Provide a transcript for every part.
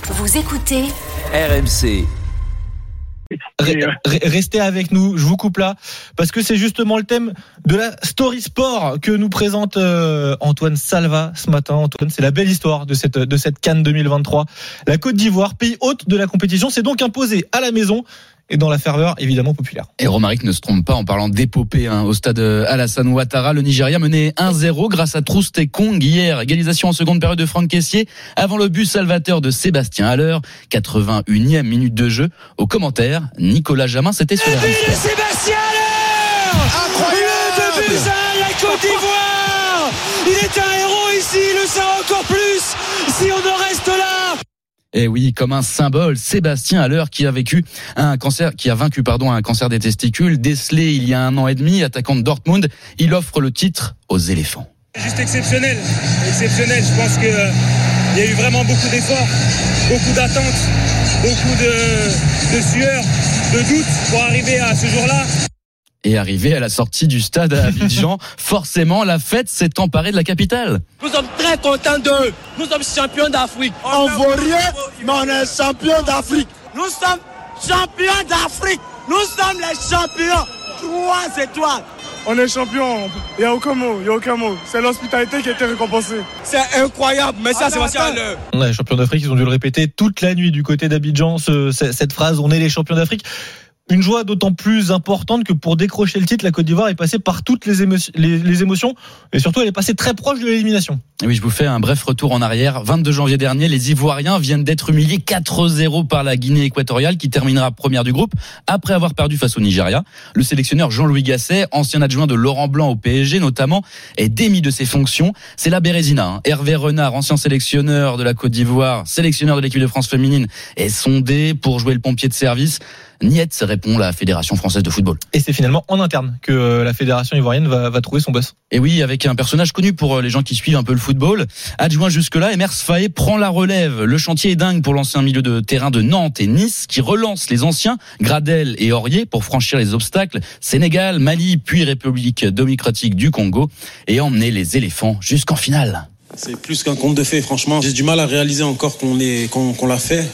Vous écoutez RMC. Restez avec nous, je vous coupe là, parce que c'est justement le thème de la Story Sport que nous présente Antoine Salva ce matin. Antoine, c'est la belle histoire de cette CAN 2023. La Côte d'Ivoire, pays hôte de la compétition, s'est donc imposée à la maison et dans la ferveur évidemment populaire. Et Romaric ne se trompe pas en parlant d'épopée au stade Alassane Ouattara. Le Nigeria menait 1-0 grâce à Troust Ekong hier. Égalisation en seconde période de Franck Kessié avant le but salvateur de Sébastien Haller. 81e minute de jeu. Au commentaire, Nicolas Jamin, c'était sur la Sébastien Haller, incroyable, 2-1, la Côte d'Ivoire. Il est un héros ici, il le sera encore plus si on en reste là. Et oui, comme un symbole, Sébastien Haller qui a vaincu un cancer des testicules décelé il y a 1 an et demi, attaquant de Dortmund. Il offre le titre aux éléphants. Juste exceptionnel. Je pense que il y a eu vraiment beaucoup d'efforts, beaucoup d'attentes, beaucoup de sueur, de doutes pour arriver à ce jour-là. Et arrivé à la sortie du stade à Abidjan, forcément, la fête s'est emparée de la capitale. Nous sommes très contents d'eux. Nous sommes champions d'Afrique. On vaut rien, mais on est champions d'Afrique. Nous sommes champions d'Afrique. Nous sommes les champions. 3 étoiles. On est champions. Il n'y a aucun mot. C'est l'hospitalité qui a été récompensée. C'est incroyable. Mais ça, Sébastien Haller. Les champions d'Afrique, ils ont dû le répéter toute la nuit du côté d'Abidjan, cette phrase, on est les champions d'Afrique. Une joie d'autant plus importante que pour décrocher le titre, la Côte d'Ivoire est passée par toutes les émotions et surtout elle est passée très proche de l'élimination. Et oui, je vous fais un bref retour en arrière. 22 janvier dernier, les Ivoiriens viennent d'être humiliés 4-0 par la Guinée équatoriale qui terminera première du groupe après avoir perdu face au Nigeria. Le sélectionneur Jean-Louis Gasset, ancien adjoint de Laurent Blanc au PSG notamment, est démis de ses fonctions. C'est la Bérésina. Hervé Renard, ancien sélectionneur de la Côte d'Ivoire, sélectionneur de l'équipe de France féminine, est sondé pour jouer le pompier de service. Niet, répond la Fédération française de football. Et c'est finalement en interne que la Fédération ivoirienne va trouver son boss. Et oui, avec un personnage connu pour les gens qui suivent un peu le football. Adjoint jusque-là, Emers Faé prend la relève. Le chantier est dingue pour l'ancien milieu de terrain de Nantes et Nice, qui relance les anciens, Gradel et Aurier, pour franchir les obstacles. Sénégal, Mali, puis République démocratique du Congo, et emmener les éléphants jusqu'en finale. C'est plus qu'un conte de fées, franchement. J'ai du mal à réaliser encore qu'on l'a fait.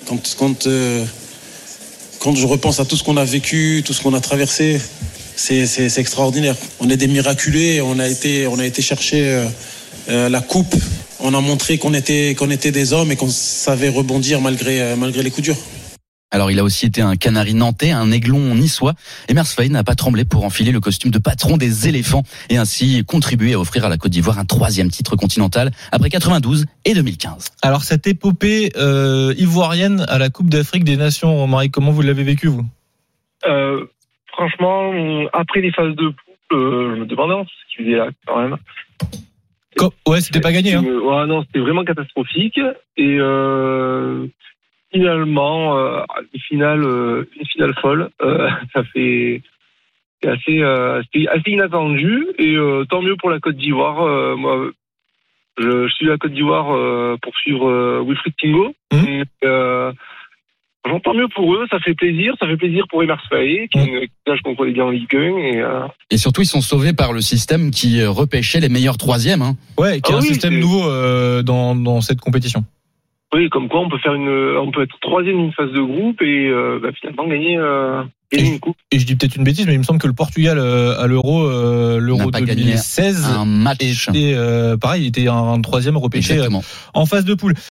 Quand je repense à tout ce qu'on a vécu, tout ce qu'on a traversé, c'est extraordinaire. On est des miraculés, on a été chercher la coupe. On a montré qu'on était des hommes et qu'on savait rebondir malgré les coups durs. Alors il a aussi été un canari nantais, un aiglon niçois. Emers Faé n'a pas tremblé pour enfiler le costume de patron des éléphants et ainsi contribuer à offrir à la Côte d'Ivoire un 3e titre continental après 92 et 2015. Alors cette épopée ivoirienne à la Coupe d'Afrique des Nations, Romaric, comment vous l'avez vécu vous ? Franchement, après les phases de poule, je me demandais ce qu'ils faisaient là quand même. Ouais, c'était pas gagné. Ouais, non, c'était vraiment catastrophique et finalement, une finale folle. C'était assez inattendu et tant mieux pour la Côte d'Ivoire. Moi, je suis la Côte d'Ivoire pour suivre Wilfried Tingo. Tant mieux pour eux, ça fait plaisir pour Emers Faé qui qu'on connaît bien en Ligue 1 et surtout ils sont sauvés par le système qui repêchait les meilleurs 3e. Ouais, qui est un système nouveau dans cette compétition. Oui, comme quoi on peut être 3e d'une phase de groupe et finalement gagner une coupe. Et je dis peut-être une bêtise, mais il me semble que le Portugal à l'Euro 2016 un match. était pareil, il était un 3e repêché en phase de poule.